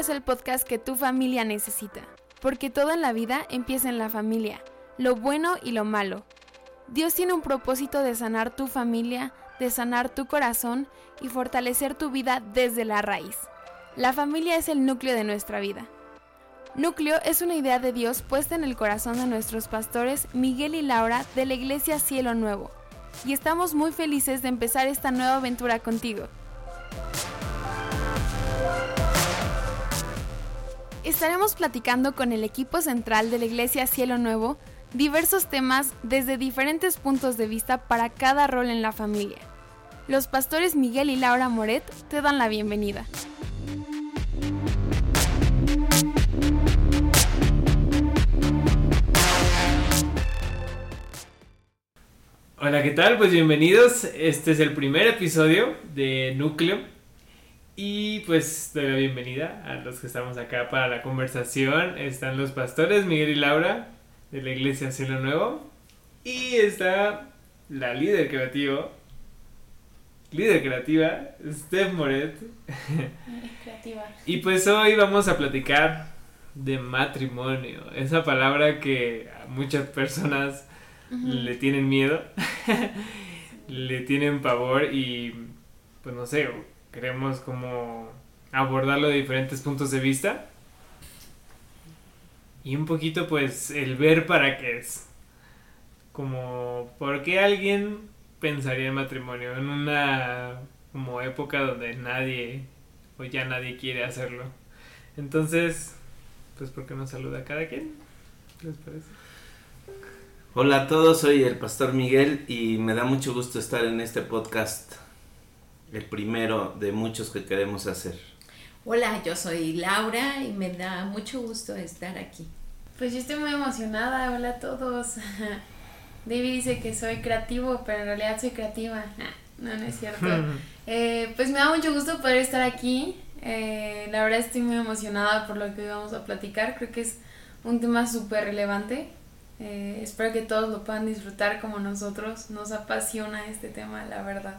es el podcast que tu familia necesita, porque todo en la vida empieza en la familia, lo bueno y lo malo. Dios tiene un propósito de sanar tu familia, de sanar tu corazón y fortalecer tu vida desde la raíz. La familia es el núcleo de nuestra vida. Núcleo es una idea de Dios puesta en el corazón de nuestros pastores Miguel y Laura de la Iglesia Cielo Nuevo, y estamos muy felices de empezar esta nueva aventura contigo. Estaremos platicando con el equipo central de la Iglesia Cielo Nuevo diversos temas desde diferentes puntos de vista para cada rol en la familia. Los pastores Miguel y Laura Moret te dan la bienvenida. Hola, ¿qué tal? Pues bienvenidos. Este es el primer episodio de Núcleo. Y pues doy la bienvenida a los que estamos acá para la conversación. Están los pastores Miguel y Laura de la Iglesia Cielo Nuevo. Y está la líder creativa, Steph Moret. Creativa. Y pues hoy vamos a platicar de matrimonio. Esa palabra que a muchas personas le tienen miedo, le tienen pavor y pues no sé, queremos como abordarlo de diferentes puntos de vista y un poquito pues el ver para qué es, como por qué alguien pensaría en matrimonio en una como época donde nadie o ya nadie quiere hacerlo. Entonces pues ¿por qué no saluda a cada quien? ¿Les parece? Hola a todos, soy el pastor Miguel y me da mucho gusto estar en este podcast, el primero de muchos que queremos hacer. Hola, yo soy Laura y me da mucho gusto estar aquí. Pues yo estoy muy emocionada, hola a todos. David dice que soy creativo, pero en realidad soy creativa. No es cierto. Pues me da mucho gusto poder estar aquí. La verdad estoy muy emocionada por lo que hoy vamos a platicar. Creo que es un tema súper relevante. Espero que todos lo puedan disfrutar como nosotros. Nos apasiona este tema, la verdad.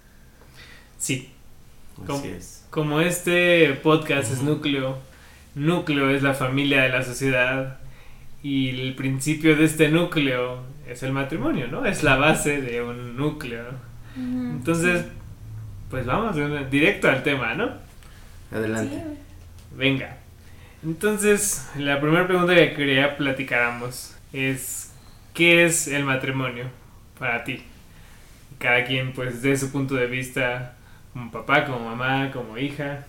Sí. Así es. Como este podcast es núcleo es la familia de la sociedad y el principio de este núcleo es el matrimonio, ¿no? Es la base de un núcleo. Entonces, sí. Pues vamos directo al tema, ¿no? Adelante. Sí. Venga. Entonces, la primera pregunta que quería platicáramos es ¿qué es el matrimonio para ti? Cada quien pues de su punto de vista, como papá, como mamá, como hija.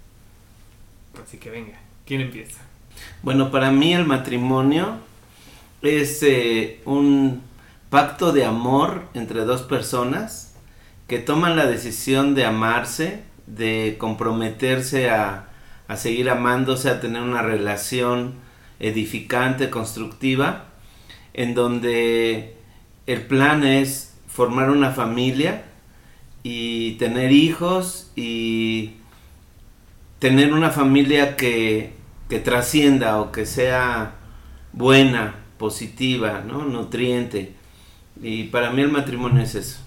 Así que venga, ¿quién empieza? Bueno, para mí el matrimonio es un pacto de amor entre dos personas que toman la decisión de amarse, de comprometerse a seguir amándose, a tener una relación edificante, constructiva, en donde el plan es formar una familia y tener hijos y tener una familia que trascienda o que sea buena, positiva, ¿no? Nutriente. Y para mí el matrimonio es eso.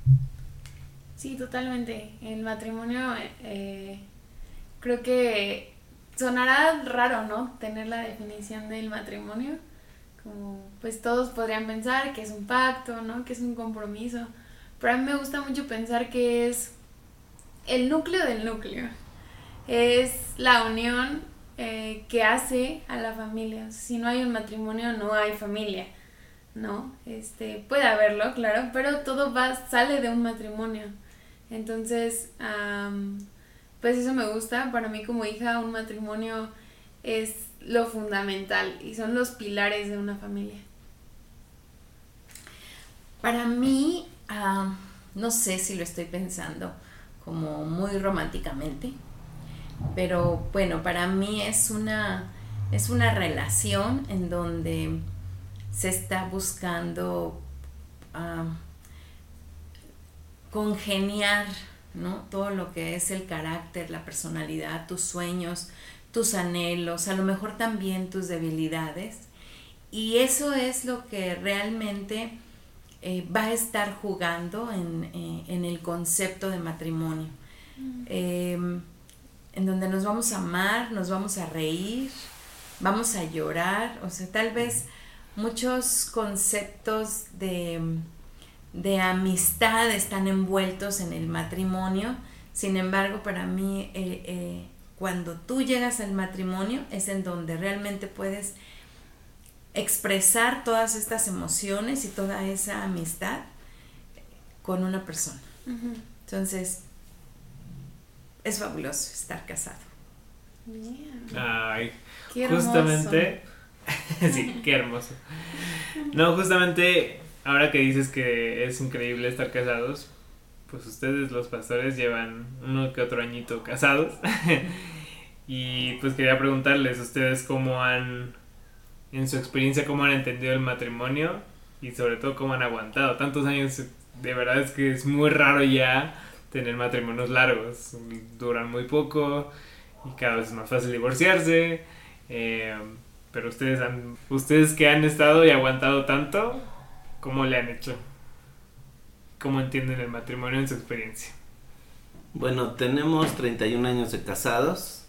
Sí, totalmente. El matrimonio creo que sonará raro, ¿no? Tener la definición del matrimonio. Como pues todos podrían pensar que es un pacto, ¿no? Que es un compromiso. Pero a mí me gusta mucho pensar que es el núcleo del núcleo. Es la unión que hace a la familia. Si no hay un matrimonio, no hay familia, ¿no? Puede haberlo, claro, pero todo sale de un matrimonio. Entonces, pues eso me gusta. Para mí como hija, un matrimonio es lo fundamental y son los pilares de una familia. Para mí, no sé si lo estoy pensando como muy románticamente, pero bueno, para mí es una relación en donde se está buscando congeniar, ¿no? Todo lo que es el carácter, la personalidad, tus sueños, tus anhelos, a lo mejor también tus debilidades, y eso es lo que realmente va a estar jugando en el concepto de matrimonio. en donde nos vamos a amar, nos vamos a reír, vamos a llorar. O sea, tal vez muchos conceptos de amistad están envueltos en el matrimonio. Sin embargo, para mí, cuando tú llegas al matrimonio es en donde realmente puedes expresar todas estas emociones y toda esa amistad con una persona. Ujú. Entonces, es fabuloso estar casado. Bien. Ay, Qué hermoso. justamente, sí, qué hermoso. No, justamente, ahora que dices que es increíble estar casados, pues ustedes los pastores llevan uno que otro añito casados. Y pues quería preguntarles, ustedes cómo han, en su experiencia, cómo han entendido el matrimonio y sobre todo cómo han aguantado tantos años. De verdad es que es muy raro ya tener matrimonios largos, duran muy poco y cada vez es más fácil divorciarse. Pero ustedes que han estado y aguantado tanto, ¿cómo le han hecho? ¿Cómo entienden el matrimonio en su experiencia? Bueno, tenemos 31 años de casados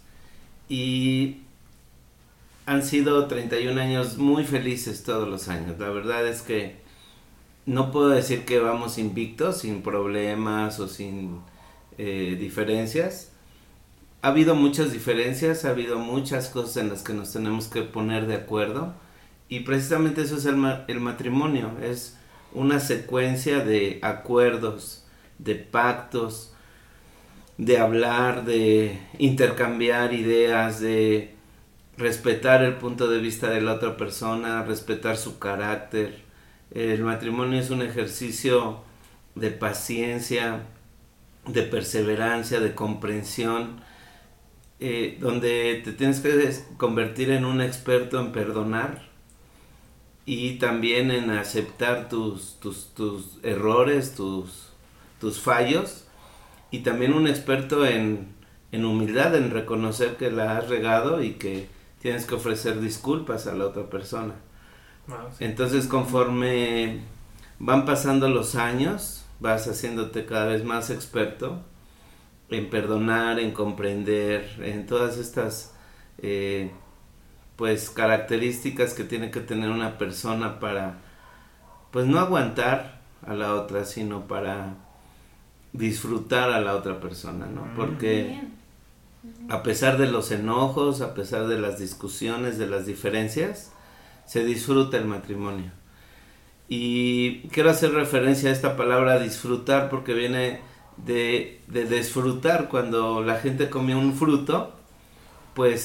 y han sido 31 años muy felices todos los años. La verdad es que no puedo decir que vamos invictos, sin problemas o sin diferencias. Ha habido muchas diferencias, ha habido muchas cosas en las que nos tenemos que poner de acuerdo y precisamente eso es el matrimonio, es una secuencia de acuerdos, de pactos, de hablar, de intercambiar ideas, de respetar el punto de vista de la otra persona, respetar su carácter. El matrimonio es un ejercicio de paciencia, de perseverancia, de comprensión, donde te tienes que convertir en un experto en perdonar y también en aceptar tus errores, tus fallos, y también un experto en humildad, en reconocer que la has regado y que tienes que ofrecer disculpas a la otra persona. Wow, sí. Entonces, conforme van pasando los años, vas haciéndote cada vez más experto en perdonar, en comprender, en todas estas pues características que tiene que tener una persona para pues no aguantar a la otra, sino para disfrutar a la otra persona, ¿no? Porque Bien. a pesar de los enojos, a pesar de las discusiones, de las diferencias, se disfruta el matrimonio. Y quiero hacer referencia a esta palabra disfrutar porque viene de disfrutar. Cuando la gente comía un fruto, pues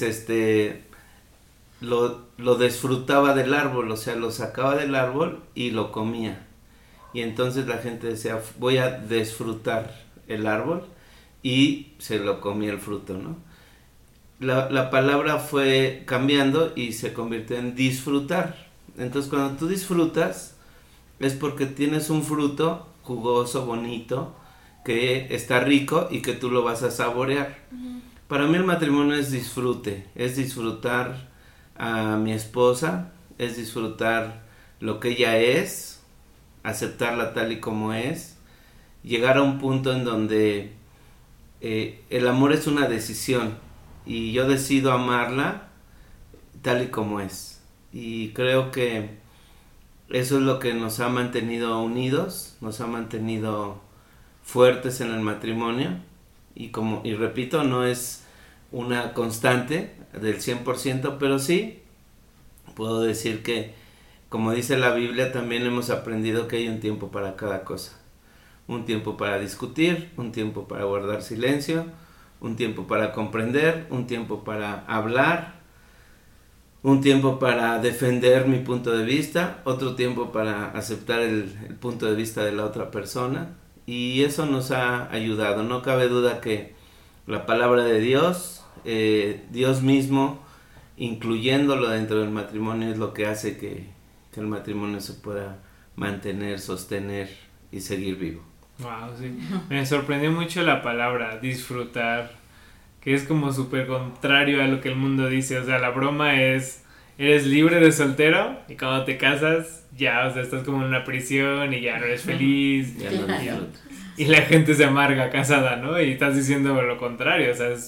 lo disfrutaba del árbol, o sea, lo sacaba del árbol y lo comía. Y entonces la gente decía, voy a disfrutar el árbol, y se lo comía el fruto, ¿no? La palabra fue cambiando y se convirtió en disfrutar. Entonces cuando tú disfrutas es porque tienes un fruto jugoso, bonito, que está rico y que tú lo vas a saborear. Ujú. Para mí el matrimonio es disfrute, es disfrutar a mi esposa, es disfrutar lo que ella es, aceptarla tal y como es, llegar a un punto en donde el amor es una decisión y yo decido amarla tal y como es. Y creo que eso es lo que nos ha mantenido unidos, nos ha mantenido fuertes en el matrimonio. Y repito, no es una constante del 100%, pero sí puedo decir que, como dice la Biblia, también hemos aprendido que hay un tiempo para cada cosa. Un tiempo para discutir, un tiempo para guardar silencio, un tiempo para comprender, un tiempo para hablar, un tiempo para defender mi punto de vista, otro tiempo para aceptar el punto de vista de la otra persona. Y eso nos ha ayudado. No cabe duda que la palabra de Dios, Dios mismo, incluyéndolo dentro del matrimonio, es lo que hace que el matrimonio se pueda mantener, sostener y seguir vivo. Wow, sí. Me sorprendió mucho la palabra disfrutar, que es como súper contrario a lo que el mundo dice. O sea, la broma es, eres libre de soltero y cuando te casas, ya, o sea, estás como en una prisión y ya no eres feliz. Ya no Claro. disfruto. Y la gente se amarga casada, ¿no? Y estás diciendo lo contrario, o sea, es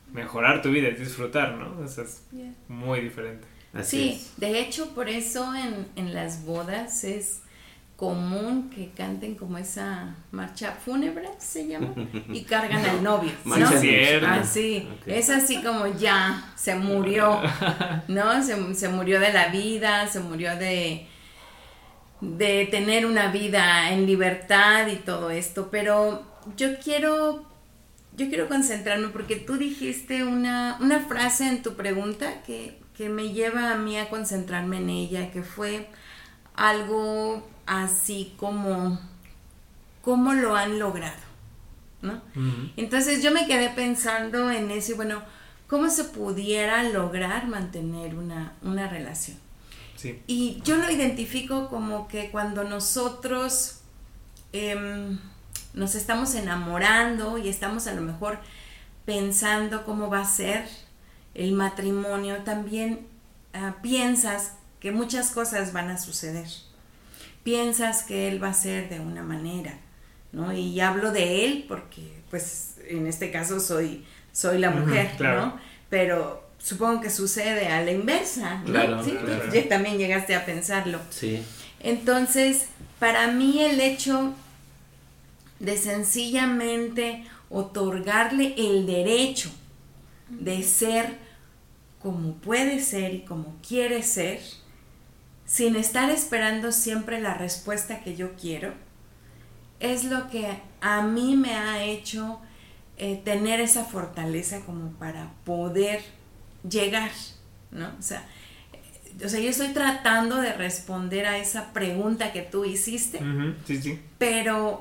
mejorar tu vida, es disfrutar, ¿no? O sea, es Yeah. muy diferente. Así Sí, es. de hecho, por eso en las bodas es común que canten como esa marcha fúnebre, se llama, y cargan al novio, ¿no? Marcha Cierto. Así, Ok. es así como ya, se murió, ¿no? Se murió de la vida, se murió de tener una vida en libertad y todo esto, pero yo quiero concentrarme porque tú dijiste una frase en tu pregunta que me lleva a mí a concentrarme en ella, que fue algo así como cómo lo han logrado, ¿no? Ujú. Entonces yo me quedé pensando en eso y bueno, ¿cómo se pudiera lograr mantener una relación? Sí. Y yo lo identifico como que cuando nosotros nos estamos enamorando y estamos a lo mejor pensando cómo va a ser el matrimonio, también piensas que muchas cosas van a suceder. Piensas que él va a ser de una manera, ¿no? Y hablo de él porque, pues, en este caso soy la mujer, claro. ¿no? Pero supongo que sucede a la inversa, ¿no? Claro, Sí, claro. tú ya también llegaste a pensarlo. Sí. Entonces, para mí el hecho de sencillamente otorgarle el derecho de ser como puede ser y como quiere ser, sin estar esperando siempre la respuesta que yo quiero, es lo que a mí me ha hecho tener esa fortaleza como para poder llegar, ¿no? O sea, yo estoy tratando de responder a esa pregunta que tú hiciste, Ujú, sí, sí. pero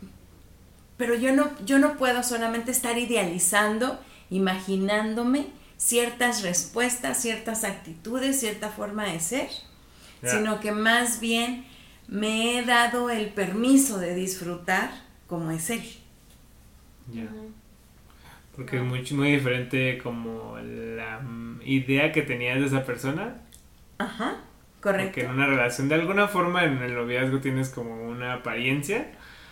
yo no puedo solamente estar idealizando, imaginándome ciertas respuestas, ciertas actitudes, cierta forma de ser, Ya. sino que más bien me he dado el permiso de disfrutar como es él. Ya. Ujú. Porque es muy diferente como la idea que tenías de esa persona. Ajá, correcto. Porque en una relación, de alguna forma, en el noviazgo tienes como una apariencia.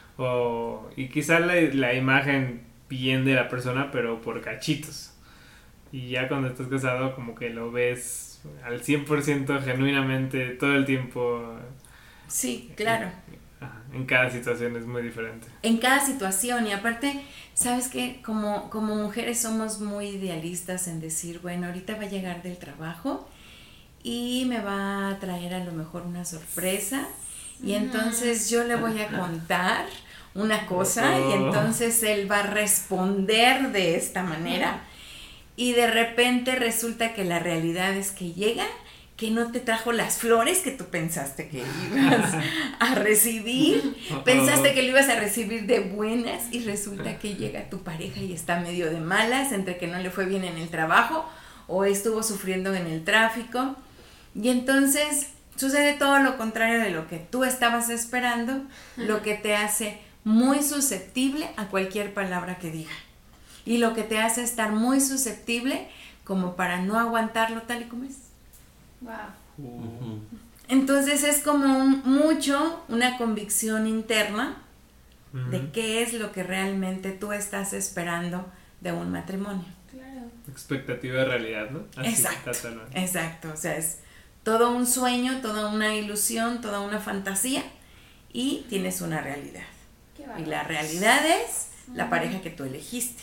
Y quizá la imagen bien de la persona, pero por cachitos. Y ya cuando estás casado, como que lo ves al 100% genuinamente todo el tiempo. Sí, claro. Ajá, en cada situación es muy diferente. En cada situación, y aparte, sabes que como mujeres somos muy idealistas en decir, bueno, ahorita va a llegar del trabajo y me va a traer a lo mejor una sorpresa y entonces yo le voy a contar una cosa y entonces él va a responder de esta manera y de repente resulta que la realidad es que llega, que no te trajo las flores que tú pensaste que ibas a recibir, pensaste que lo ibas a recibir de buenas y resulta que llega tu pareja y está medio de malas, entre que no le fue bien en el trabajo o estuvo sufriendo en el tráfico y entonces sucede todo lo contrario de lo que tú estabas esperando, lo que te hace muy susceptible a cualquier palabra que diga y lo que te hace estar muy susceptible como para no aguantarlo tal y como es. Wow. Ujú. Entonces es como una convicción interna de qué es lo que realmente tú estás esperando de un matrimonio. Claro. Expectativa de realidad, ¿no? Así, Exacto, totalmente. exacto, o sea, es todo un sueño, toda una ilusión, toda una fantasía y tienes una realidad. Qué Y bárbaro. la realidad es la pareja que tú elegiste.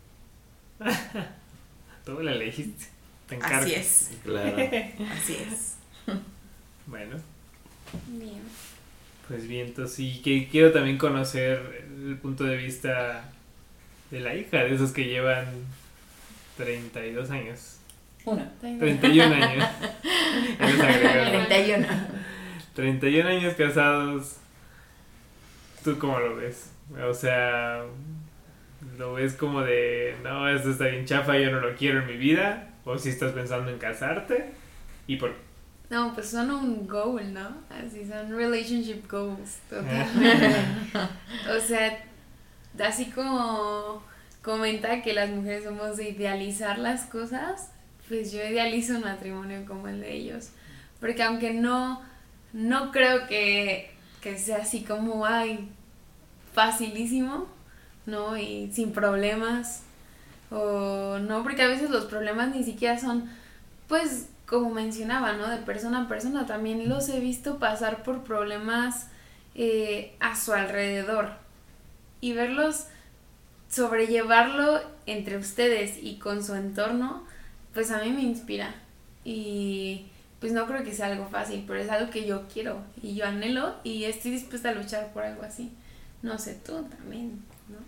Tú la elegiste. Te encargo. Así es, Claro. así es. Bueno, Bien. pues bien, entonces, y que quiero también conocer el punto de vista de la hija, de esos que llevan 32 años. 31 años. Ya les agregaron. 31. 31 años casados. ¿Tú cómo lo ves? O sea, ¿lo ves como de, no, esto está bien chafa, yo no lo quiero en mi vida? ¿O si estás pensando en casarte? ¿Y por qué? No, pues son un goal, ¿no? Así son relationship goals. Totalmente. O sea, así como comenta que las mujeres somos de idealizar las cosas, pues yo idealizo un matrimonio como el de ellos. Porque aunque no creo que sea así como, ay, facilísimo, ¿no? Y sin problemas. o no, porque a veces los problemas ni siquiera son, pues, como mencionaba, ¿no? De persona a persona, también los he visto pasar por problemas a su alrededor y verlos sobrellevarlo entre ustedes y con su entorno, pues a mí me inspira y pues no creo que sea algo fácil, pero es algo que yo quiero y yo anhelo y estoy dispuesta a luchar por algo así. No sé, tú también, ¿no?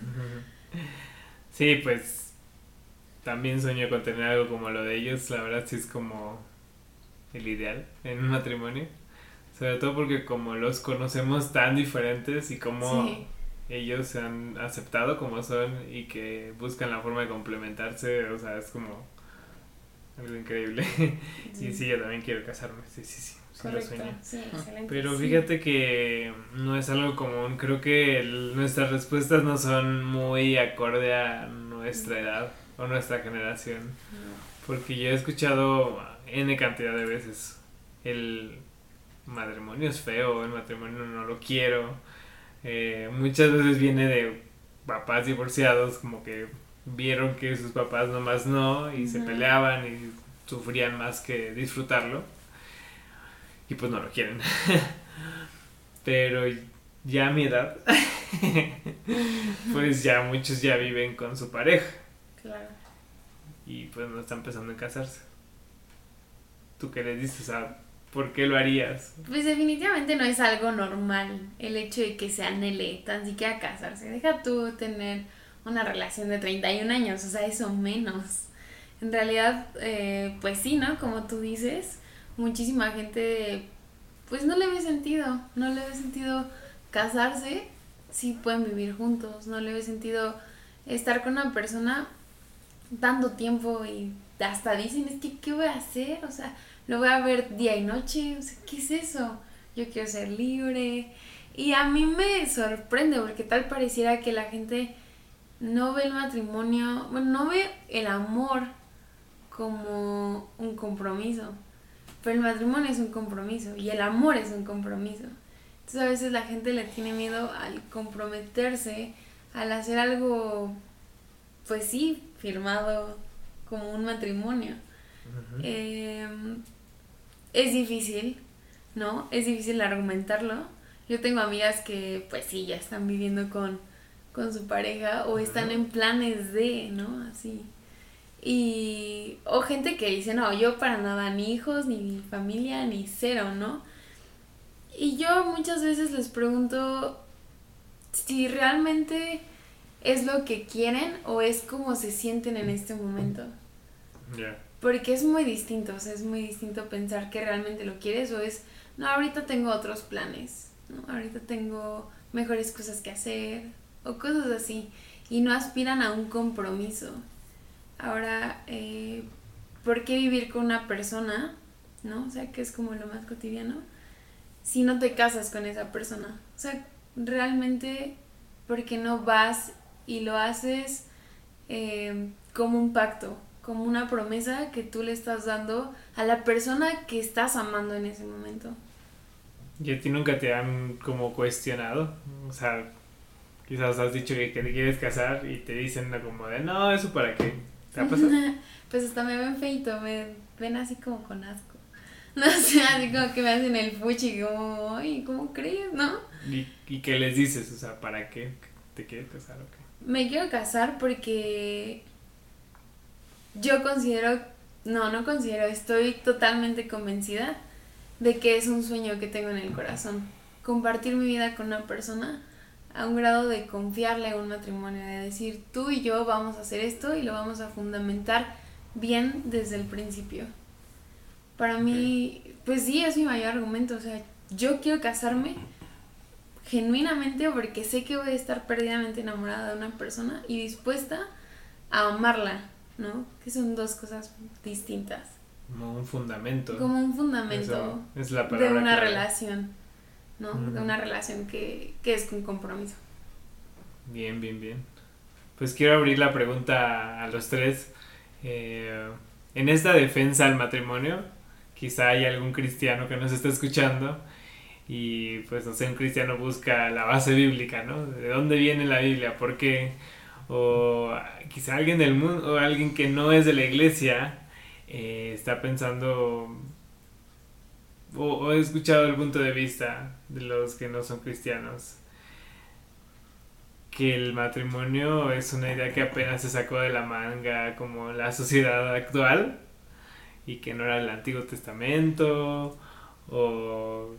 Sí, pues también sueño con tener algo como lo de ellos, la verdad sí es como el ideal en un matrimonio, sobre todo porque como los conocemos tan diferentes y como Sí. ellos se han aceptado como son y que buscan la forma de complementarse, o sea, es como algo increíble. Y sí, yo también quiero casarme, sí lo Correcto, sueño. sí, excelente. Pero sí. fíjate que no es algo común, creo que nuestras respuestas no son muy acorde a nuestra edad o nuestra generación, No. porque yo he escuchado N cantidad de veces el matrimonio es feo, el matrimonio no lo quiero. Muchas veces viene de papás divorciados, como que vieron que sus papás nomás no y se Ujú. peleaban y sufrían más que disfrutarlo y pues no lo quieren. Pero ya a mi edad, pues ya muchos ya viven con su pareja Claro. y pues no están pensando en casarse. ¿Tú qué les dices? O sea, ¿por qué lo harías? Pues definitivamente no es algo normal el hecho de que se anhele tan siquiera casarse. Deja tú tener una relación de 31 años, o sea, eso menos. En realidad, pues sí, ¿no? Como tú dices, muchísima gente, pues no le ve sentido, no le ve sentido casarse si pueden vivir juntos, no le ve sentido estar con una persona tanto tiempo y hasta dicen, es que, ¿qué voy a hacer? O sea, lo voy a ver día y noche, o sea, ¿qué es eso? Yo quiero ser libre. Y a mí me sorprende porque tal pareciera que la gente no ve el matrimonio, bueno, no ve el amor como un compromiso, pero el matrimonio es un compromiso y el amor es un compromiso. Entonces a veces la gente le tiene miedo al comprometerse, al hacer algo, pues sí, firmado como un matrimonio. Ujú. Es difícil, ¿no? Es difícil argumentarlo. Yo tengo amigas que, pues sí, ya están viviendo con su pareja o están Ujú. en planes de, ¿no? Así. Y, o gente que dice, no, yo para nada, ni hijos, ni familia, ni cero, ¿no? Y yo muchas veces les pregunto si realmente es lo que quieren o es como se sienten en este momento. Ya. Porque es muy distinto, o sea, es muy distinto pensar que realmente lo quieres o es, no, ahorita tengo otros planes, ¿no? Ahorita tengo mejores cosas que hacer o cosas así y no aspiran a un compromiso. Ahora, ¿por qué vivir con una persona, ¿no? O sea, que es como lo más cotidiano, si no te casas con esa persona? O sea, realmente, ¿por qué no vas y lo haces como un pacto, como una promesa que tú le estás dando a la persona que estás amando en ese momento? ¿Y a ti nunca te han como cuestionado? O sea, quizás has dicho que te quieres casar y te dicen como de, no, ¿eso para qué? ¿Te ha pasado? Pues hasta me ven feito, me ven así como con asco. No sé, así como que me hacen el fuchi, como, ay, ¿cómo crees, no? ¿Y qué les dices? O sea, ¿para qué te quieres casar o qué? Me quiero casar porque yo considero, no considero, estoy totalmente convencida de que es un sueño que tengo en el corazón. Compartir mi vida con una persona a un grado de confiarle a un matrimonio, de decir, tú y yo vamos a hacer esto y lo vamos a fundamentar bien desde el principio. Para mí, pues sí, es mi mayor argumento, o sea, yo quiero casarme genuinamente porque sé que voy a estar perdidamente enamorada de una persona y dispuesta a amarla, ¿no? Que son dos cosas distintas. Como un fundamento. Como un fundamento Eso es la de palabra una clave. relación, ¿no? De una relación que es un compromiso. Bien. Pues quiero abrir la pregunta a los tres. En esta defensa al matrimonio, quizá hay algún cristiano que nos está escuchando y pues no sé, un cristiano busca la base bíblica, ¿no? ¿De dónde viene la Biblia? ¿Por qué? o quizá alguien del mundo, o alguien que no es de la iglesia, está pensando, o he escuchado el punto de vista de los que no son cristianos, que el matrimonio es una idea que apenas se sacó de la manga como la sociedad actual y que no era el Antiguo Testamento, o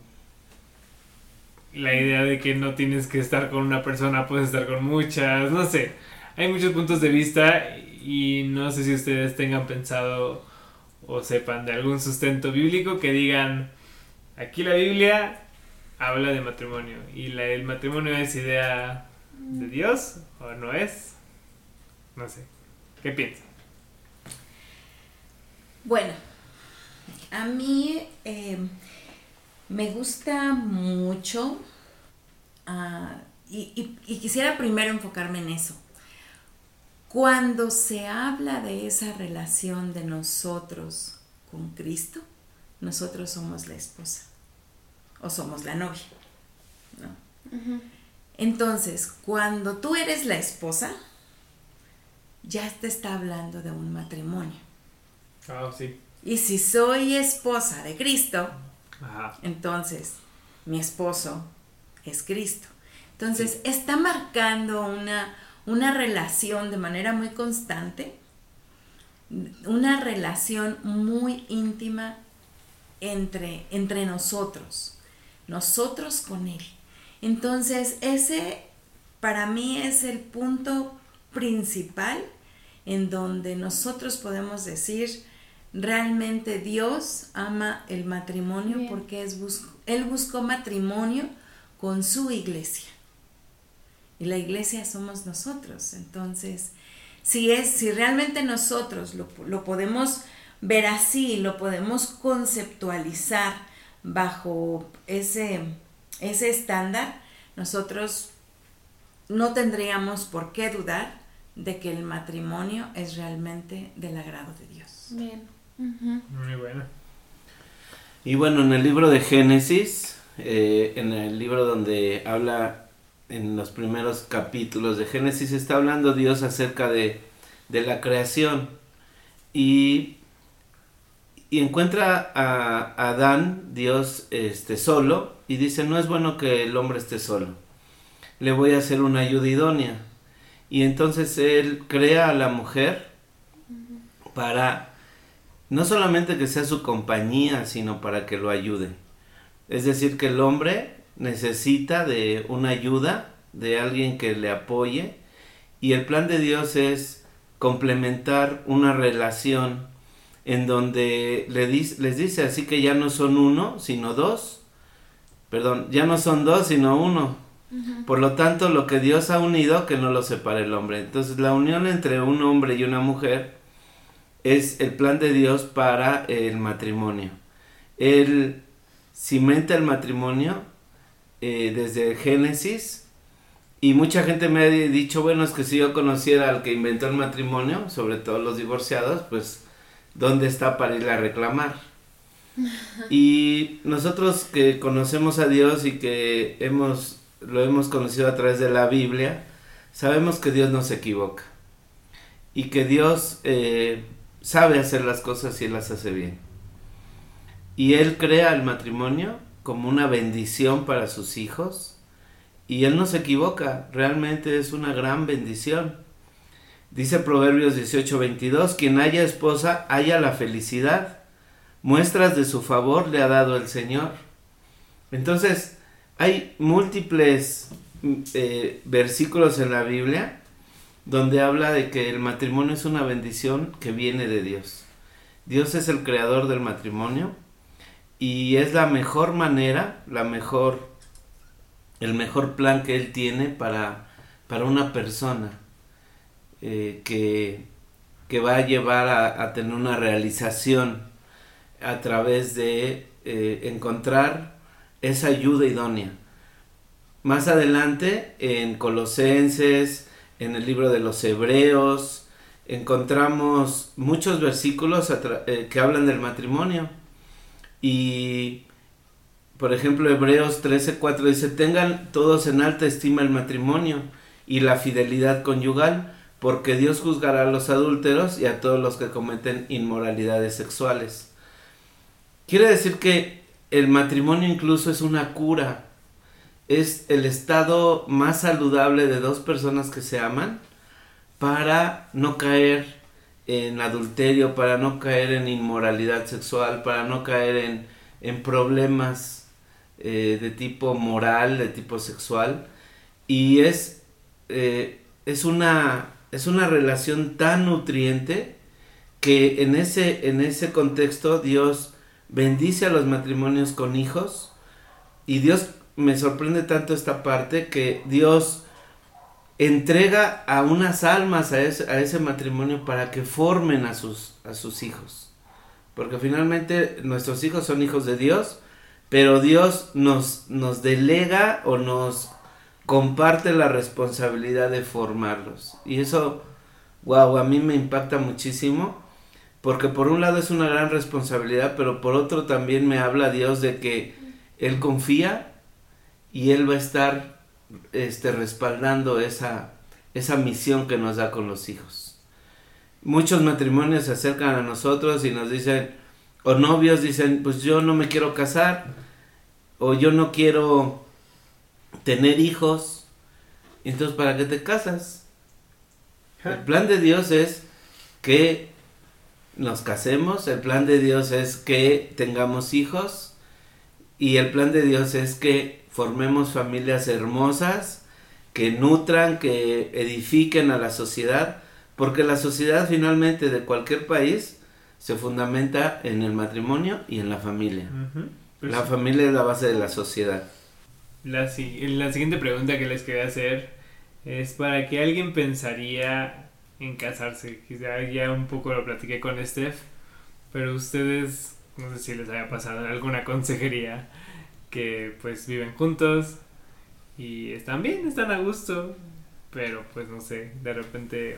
la idea de que no tienes que estar con una persona, puedes estar con muchas, no sé, hay muchos puntos de vista y no sé si ustedes tengan pensado o sepan de algún sustento bíblico que digan, aquí la Biblia habla de matrimonio y el matrimonio es idea de Dios o no es, no sé, ¿qué piensan? Bueno, a mí me gusta mucho y quisiera primero enfocarme en eso. Cuando se habla de esa relación de nosotros con Cristo, nosotros somos la esposa o somos la novia, ¿no? Uh-huh. Entonces, cuando tú eres la esposa, ya te está hablando de un matrimonio. Ah, sí. Y si soy esposa de Cristo, ajá, entonces mi esposo es Cristo. Entonces, sí, está marcando una relación de manera muy constante, una relación muy íntima entre nosotros con Él. Entonces, ese para mí es el punto principal en donde nosotros podemos decir, realmente Dios ama el matrimonio. Bien. Porque Él buscó matrimonio con su iglesia. Y la iglesia somos nosotros. Entonces, si realmente nosotros lo podemos ver así, lo podemos conceptualizar bajo ese estándar, nosotros no tendríamos por qué dudar de que el matrimonio es realmente del agrado de Dios. Bien. Uh-huh. Muy bueno. Y bueno, en el libro de Génesis, en el libro donde habla en los primeros capítulos de Génesis, está hablando Dios acerca de la creación y encuentra a Adán, Dios, solo, y dice, no es bueno que el hombre esté solo, le voy a hacer una ayuda idónea. Y entonces él crea a la mujer para no solamente que sea su compañía, sino para que lo ayude. Es decir, que el hombre necesita de una ayuda, de alguien que le apoye, y el plan de Dios es complementar una relación en donde les dice, así que ya no son uno, sino dos, ya no son dos, sino uno. Uh-huh. Por lo tanto, lo que Dios ha unido, que no lo separe el hombre. Entonces, la unión entre un hombre y una mujer es el plan de Dios para el matrimonio. Él cimenta el matrimonio desde Génesis, y mucha gente me ha dicho, bueno, es que si yo conociera al que inventó el matrimonio, sobre todo los divorciados, pues, ¿dónde está para ir a reclamar? Y nosotros que conocemos a Dios y que lo hemos conocido a través de la Biblia, sabemos que Dios no se equivoca y que Dios sabe hacer las cosas y Él las hace bien. Y Él crea el matrimonio como una bendición para sus hijos y Él no se equivoca, realmente es una gran bendición. Dice Proverbios 18:22, quien haya esposa haya la felicidad, muestras de su favor le ha dado el Señor. Entonces, hay múltiples versículos en la Biblia donde habla de que el matrimonio es una bendición que viene de Dios. Dios es el creador del matrimonio y es la mejor manera, el mejor plan que Él tiene para una persona que va a llevar a tener una realización a través de encontrar esa ayuda idónea. Más adelante, en Colosenses, en el libro de los Hebreos, encontramos muchos versículos que hablan del matrimonio. Y, por ejemplo, Hebreos 13:4 dice, tengan todos en alta estima el matrimonio y la fidelidad conyugal, porque Dios juzgará a los adúlteros y a todos los que cometen inmoralidades sexuales. Quiere decir que el matrimonio incluso es una cura, es el estado más saludable de dos personas que se aman para no caer en adulterio, para no caer en inmoralidad sexual, para no caer en problemas de tipo moral, de tipo sexual. Y es una relación tan nutriente que en ese contexto Dios bendice a los matrimonios con hijos. Y Dios, me sorprende tanto esta parte, que Dios entrega a unas almas a ese matrimonio para que formen a sus hijos. Porque finalmente nuestros hijos son hijos de Dios, pero Dios nos delega o nos comparte la responsabilidad de formarlos. Y eso, wow, a mí me impacta muchísimo, porque por un lado es una gran responsabilidad, pero por otro también me habla Dios de que Él confía y Él va a estar respaldando esa misión que nos da con los hijos. Muchos matrimonios se acercan a nosotros y nos dicen, o novios dicen, pues yo no me quiero casar, o yo no quiero tener hijos. Entonces, ¿para qué te casas? El plan de Dios es que nos casemos, el plan de Dios es que tengamos hijos, y el plan de Dios es que formemos familias hermosas, que nutran, que edifiquen a la sociedad, porque la sociedad finalmente de cualquier país se fundamenta en el matrimonio y en la familia. Uh-huh. Pues la familia es la base de la sociedad. La siguiente pregunta que les quería hacer es: ¿para qué alguien pensaría en casarse? Quizá ya un poco lo platiqué con Steph, pero ustedes, no sé si les haya pasado en alguna consejería, que pues viven juntos y están bien, están a gusto, pero pues no sé, de repente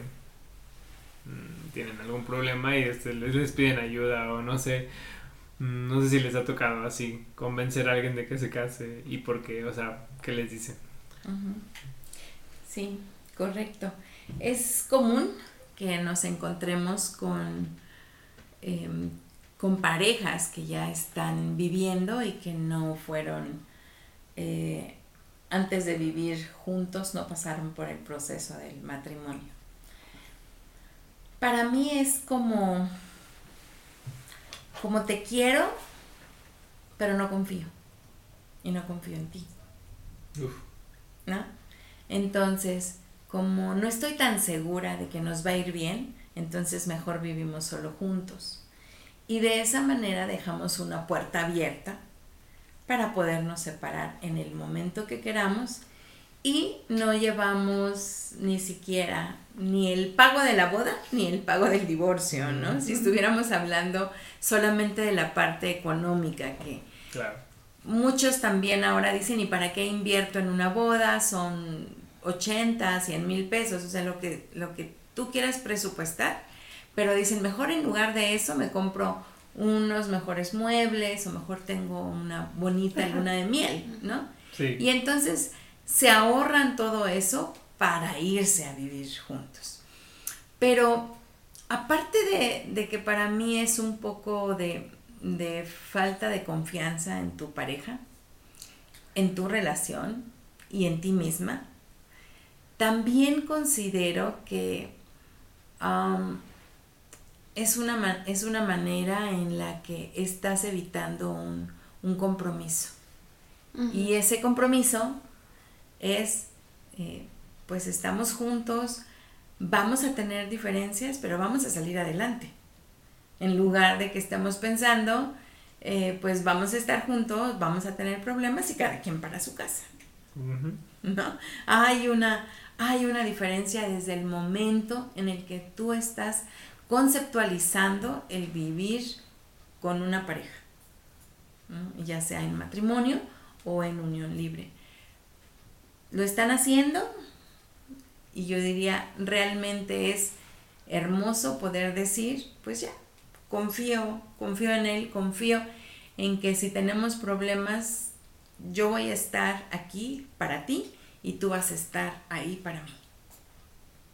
tienen algún problema y les piden ayuda, o no sé si les ha tocado así convencer a alguien de que se case y por qué, o sea, ¿qué les dicen? Uh-huh. Sí, correcto. Es común que nos encontremos con parejas que ya están viviendo y que no fueron, antes de vivir juntos, no pasaron por el proceso del matrimonio. Para mí es como te quiero, pero no confío. Y no confío en ti. Uf. ¿No? Entonces, como no estoy tan segura de que nos va a ir bien, entonces mejor vivimos solo juntos. Y de esa manera dejamos una puerta abierta para podernos separar en el momento que queramos, y no llevamos ni siquiera ni el pago de la boda ni el pago del divorcio, ¿no? Si estuviéramos hablando solamente de la parte económica, que claro, muchos también ahora dicen, ¿y para qué invierto en una boda? Son 80, 100 mil pesos, o sea, lo que tú quieras presupuestar, pero dicen, mejor en lugar de eso me compro unos mejores muebles, o mejor tengo una bonita luna de miel, ¿no? Sí. Y entonces se ahorran todo eso para irse a vivir juntos. Pero aparte de que para mí es un poco de falta de confianza en tu pareja, en tu relación y en ti misma, también considero que es una manera en la que estás evitando un compromiso. Uh-huh. Y ese compromiso es, pues estamos juntos, vamos a tener diferencias, pero vamos a salir adelante. En lugar de que estemos pensando, pues vamos a estar juntos, vamos a tener problemas y cada quien para su casa. Uh-huh. ¿No? Hay una diferencia desde el momento en el que tú estás conceptualizando el vivir con una pareja, ¿no? Ya sea en matrimonio o en unión libre. Lo están haciendo, y yo diría, realmente es hermoso poder decir, pues ya, confío en él, confío en que si tenemos problemas, yo voy a estar aquí para ti y tú vas a estar ahí para mí.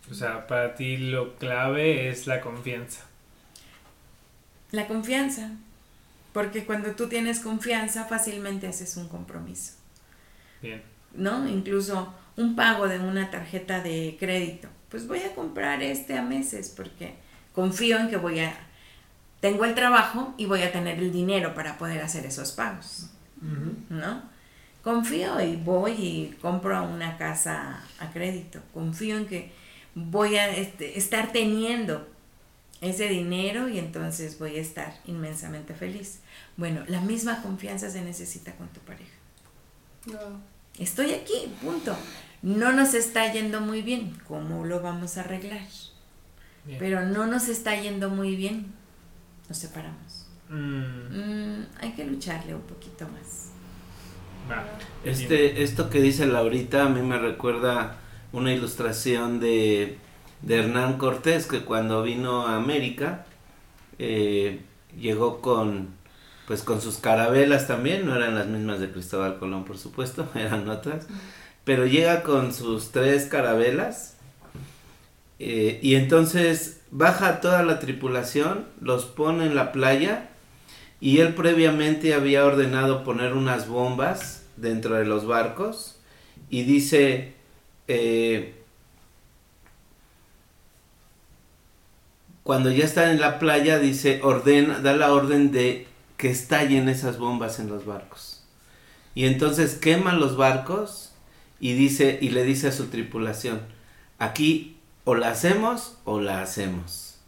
O sea, para ti lo clave es la confianza. La confianza, porque cuando tú tienes confianza fácilmente haces un compromiso. Bien. ¿No? Incluso un pago de una tarjeta de crédito. Pues voy a comprar a meses porque confío en que tengo el trabajo y voy a tener el dinero para poder hacer esos pagos. ¿No? Confío y voy y compro una casa a crédito. Confío en que voy a estar teniendo ese dinero y entonces voy a estar inmensamente feliz. Bueno, la misma confianza se necesita con tu pareja. No. Estoy aquí, punto. No nos está yendo muy bien. ¿Cómo lo vamos a arreglar? Bien. Pero no nos está yendo muy bien. Nos separamos. Hay que lucharle un poquito más. Va. Esto que dice Laurita a mí me recuerda una ilustración de Hernán Cortés, que cuando vino a América llegó con sus carabelas también, no eran las mismas de Cristóbal Colón, por supuesto, eran otras, pero llega con sus 3 carabelas y entonces baja toda la tripulación, los pone en la playa y él previamente había ordenado poner unas bombas dentro de los barcos y dice cuando ya están en la playa dice da la orden de que estallen esas bombas en los barcos y entonces quema los barcos y le dice a su tripulación, aquí o la hacemos o la hacemos,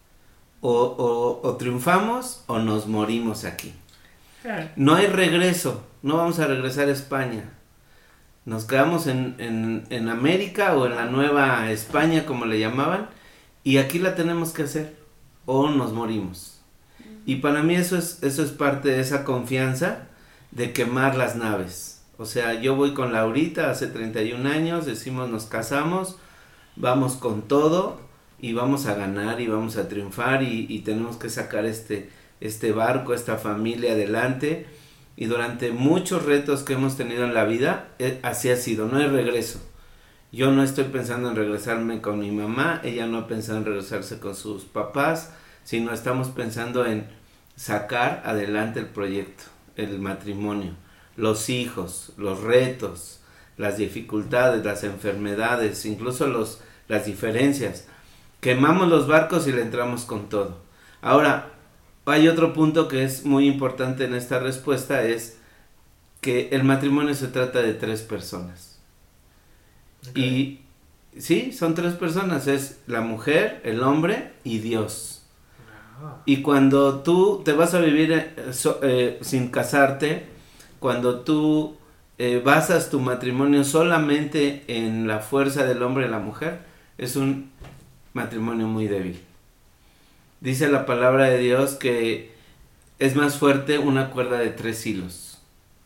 o triunfamos o nos morimos aquí. No hay regreso, no vamos a regresar a España. Nos quedamos en América o en la Nueva España, como le llamaban, y aquí la tenemos que hacer, o nos morimos. Y para mí eso es parte de esa confianza de quemar las naves. O sea, yo voy con Laurita hace 31 años, decimos nos casamos, vamos con todo y vamos a ganar y vamos a triunfar y tenemos que sacar este barco, esta familia adelante. Y durante muchos retos que hemos tenido en la vida, así ha sido, no hay regreso. Yo no estoy pensando en regresarme con mi mamá, ella no ha pensado en regresarse con sus papás, sino estamos pensando en sacar adelante el proyecto, el matrimonio, los hijos, los retos, las dificultades, las enfermedades, incluso las diferencias. Quemamos los barcos y le entramos con todo. Ahora, hay otro punto que es muy importante en esta respuesta, es que el matrimonio se trata de 3 personas. Okay. Y sí, son 3 personas, es la mujer, el hombre y Dios. Y cuando tú te vas a vivir sin casarte, cuando tú basas tu matrimonio solamente en la fuerza del hombre y la mujer, es un matrimonio muy débil. Dice la palabra de Dios que es más fuerte una cuerda de 3 hilos.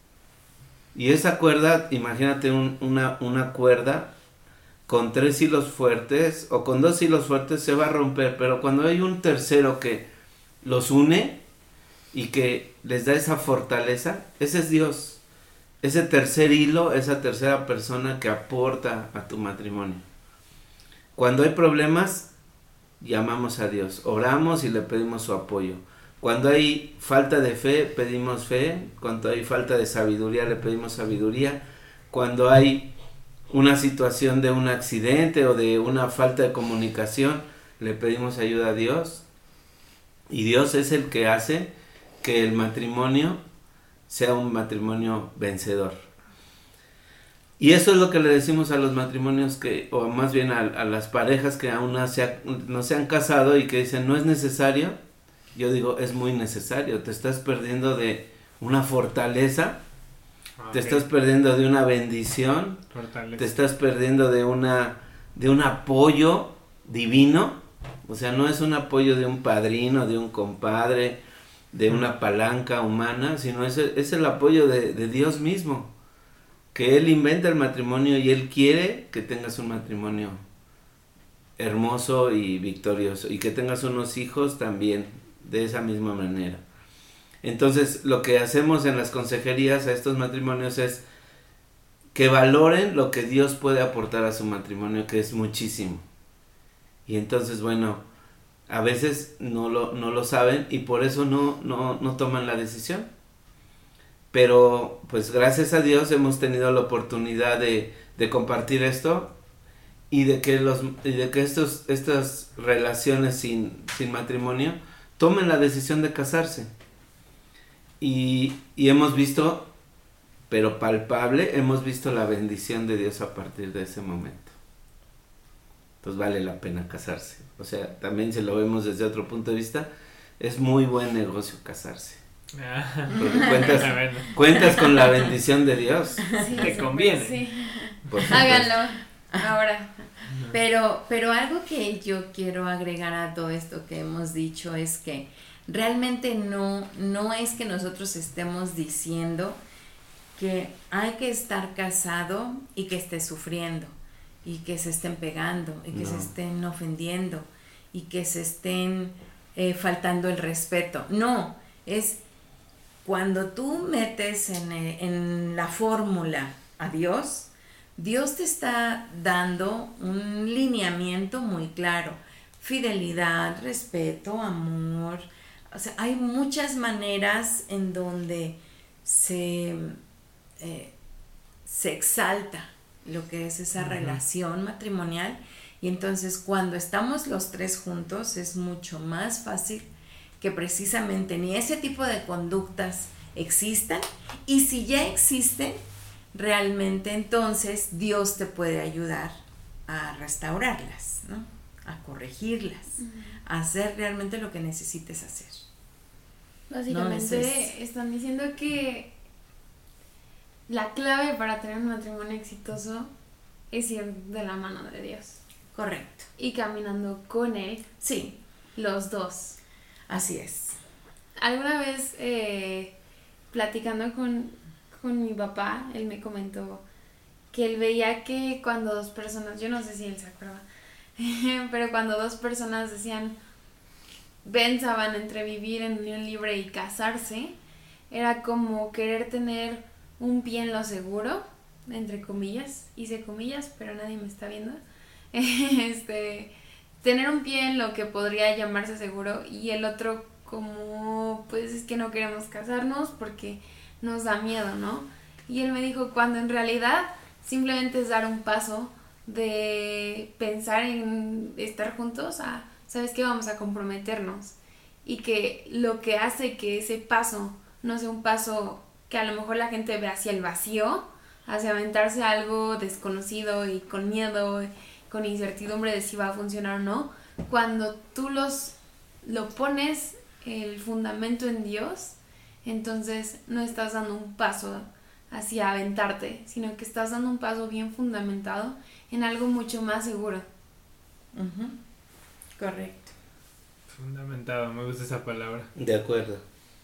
Y esa cuerda, imagínate una cuerda con 3 hilos fuertes o con 2 hilos fuertes se va a romper, pero cuando hay un tercero que los une y que les da esa fortaleza, ese es Dios. Ese tercer hilo, esa tercera persona que aporta a tu matrimonio. Cuando hay problemas, llamamos a Dios, oramos y le pedimos su apoyo. Cuando hay falta de fe, pedimos fe. Cuando hay falta de sabiduría, le pedimos sabiduría. Cuando hay una situación de un accidente o de una falta de comunicación, le pedimos ayuda a Dios. Y Dios es el que hace que el matrimonio sea un matrimonio vencedor. Y eso es lo que le decimos a los matrimonios o más bien a las parejas que aún no se han casado y que dicen no es necesario. Yo digo, es muy necesario. Te estás perdiendo de una fortaleza, te estás perdiendo de una bendición, te estás perdiendo de un apoyo divino. O sea, no es un apoyo de un padrino, de un compadre, de una palanca humana, sino es el apoyo de Dios mismo. Que Él inventa el matrimonio y Él quiere que tengas un matrimonio hermoso y victorioso y que tengas unos hijos también de esa misma manera. Entonces lo que hacemos en las consejerías a estos matrimonios es que valoren lo que Dios puede aportar a su matrimonio, que es muchísimo. Y entonces, bueno, a veces no lo saben y por eso no toman la decisión. Pero pues gracias a Dios hemos tenido la oportunidad de compartir esto y de que estas relaciones sin matrimonio tomen la decisión de casarse. Y hemos visto, pero palpable, hemos visto la bendición de Dios a partir de ese momento. Entonces vale la pena casarse. O sea, también si lo vemos desde otro punto de vista, es muy buen negocio casarse. Porque cuentas con la bendición de Dios. Sí, te conviene. Sí. Háganlo ahora. Pero algo que yo quiero agregar a todo esto que hemos dicho es que realmente no es que nosotros estemos diciendo que hay que estar casado y que esté sufriendo y que se estén pegando y que se estén ofendiendo y que se estén faltando el respeto. No, es cuando tú metes en la fórmula a Dios, Dios te está dando un lineamiento muy claro. Fidelidad, respeto, amor. O sea, hay muchas maneras en donde se exalta lo que es esa relación matrimonial. Y entonces cuando estamos los tres juntos es mucho más fácil que precisamente ni ese tipo de conductas existan. Y si ya existen, realmente entonces Dios te puede ayudar a restaurarlas, ¿no? A corregirlas, a hacer realmente lo que necesites hacer. Básicamente están diciendo que la clave para tener un matrimonio exitoso es ir de la mano de Dios. Correcto. Y caminando con Él. Sí. Los dos. Así es. Alguna vez platicando con mi papá, él me comentó que él veía que cuando dos personas, yo no sé si él se acuerda, pero cuando dos personas pensaban entre vivir en unión libre y casarse, era como querer tener un pie en lo seguro, entre comillas, hice comillas, pero nadie me está viendo, tener un pie en lo que podría llamarse seguro y el otro como, pues es que no queremos casarnos porque nos da miedo, ¿no? Y él me dijo, cuando en realidad simplemente es dar un paso de pensar en estar juntos a, ¿sabes qué? Vamos a comprometernos. Y que lo que hace que ese paso no sea un paso que a lo mejor la gente ve hacia el vacío, hacia aventarse a algo desconocido y con miedo, con incertidumbre de si va a funcionar o no, cuando tú lo pones el fundamento en Dios, entonces no estás dando un paso hacia aventarte, sino que estás dando un paso bien fundamentado en algo mucho más seguro. Correcto. Fundamentado, me gusta esa palabra. De acuerdo.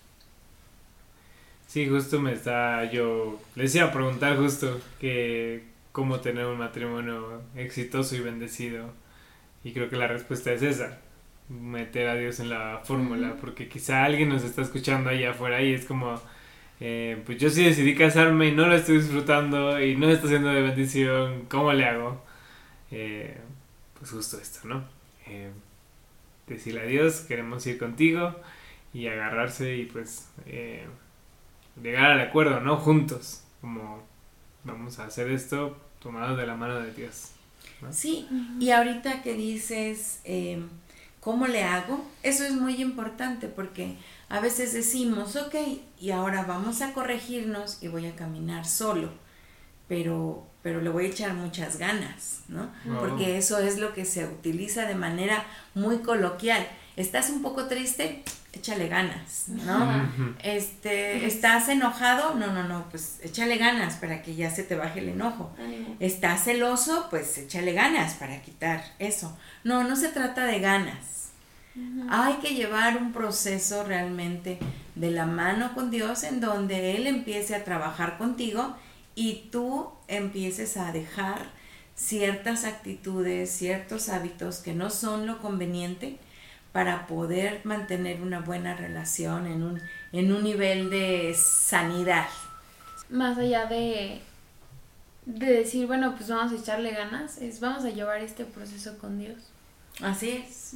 Sí, justo yo les iba a preguntar justo que cómo tener un matrimonio exitoso y bendecido, y creo que la respuesta es esa, meter a Dios en la fórmula, porque quizá alguien nos está escuchando allá afuera y es como, pues yo sí decidí casarme y no lo estoy disfrutando y no está siendo de bendición, ¿cómo le hago? Pues justo esto, ¿no? Decirle a Dios, queremos ir contigo, y agarrarse y pues llegar al acuerdo, ¿no? Juntos, como vamos a hacer esto tomados de la mano de Dios, ¿no? Sí, y ahorita que dices, ¿cómo le hago? Eso es muy importante porque a veces decimos, ok, y ahora vamos a corregirnos y voy a caminar solo, pero le voy a echar muchas ganas, ¿no? Wow. Porque eso es lo que se utiliza de manera muy coloquial. ¿Estás un poco triste? Échale ganas, ¿no? ¿Estás enojado? No, pues échale ganas para que ya se te baje el enojo. ¿Estás celoso? Pues échale ganas para quitar eso. No se trata de ganas. Hay que llevar un proceso realmente de la mano con Dios en donde Él empiece a trabajar contigo y tú empieces a dejar ciertas actitudes, ciertos hábitos que no son lo conveniente para poder mantener una buena relación en un nivel de sanidad. Más allá de decir, bueno, pues vamos a echarle ganas, vamos a llevar este proceso con Dios. Así es.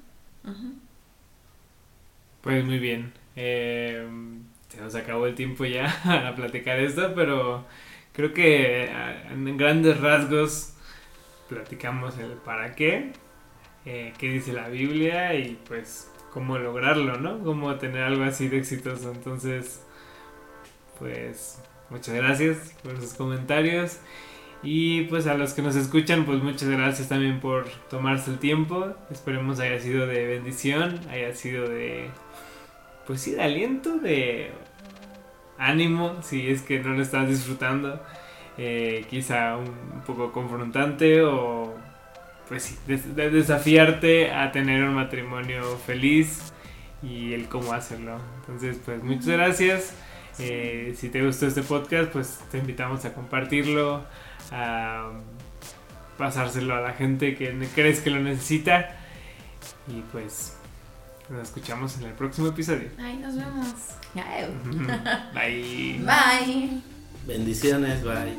Pues muy bien. Se nos acabó el tiempo ya a platicar esto, pero creo que en grandes rasgos platicamos el para qué dice la Biblia y pues cómo lograrlo, ¿no? Cómo tener algo así de exitoso. Entonces, pues muchas gracias por sus comentarios y pues a los que nos escuchan, pues muchas gracias también por tomarse el tiempo. Esperemos haya sido de bendición, haya sido de, pues sí, de aliento, de ánimo, si es que no lo estás disfrutando, quizá un poco confrontante o pues sí, desafiarte a tener un matrimonio feliz y el cómo hacerlo. Entonces, pues muchas gracias. Si te gustó este podcast, pues te invitamos a compartirlo, a pasárselo a la gente que crees que lo necesita y pues nos escuchamos en el próximo episodio. Ay, nos vemos. Bye. Bye. Bendiciones, bye.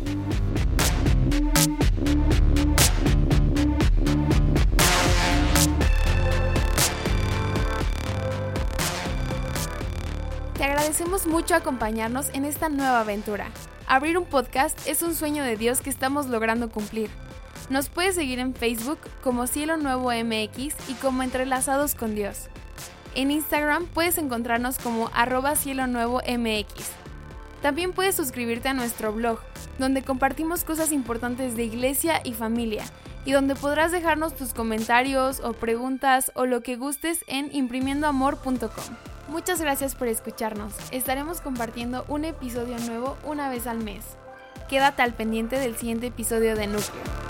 Te agradecemos mucho acompañarnos en esta nueva aventura. Abrir un podcast es un sueño de Dios que estamos logrando cumplir. Nos puedes seguir en Facebook como Cielo Nuevo MX y como Entrelazados con Dios. En Instagram puedes encontrarnos como @cielonuevomx. También puedes suscribirte a nuestro blog, donde compartimos cosas importantes de iglesia y familia, y donde podrás dejarnos tus comentarios o preguntas o lo que gustes en imprimiendoamor.com. Muchas gracias por escucharnos. Estaremos compartiendo un episodio nuevo una vez al mes. Quédate al pendiente del siguiente episodio de Núcleo.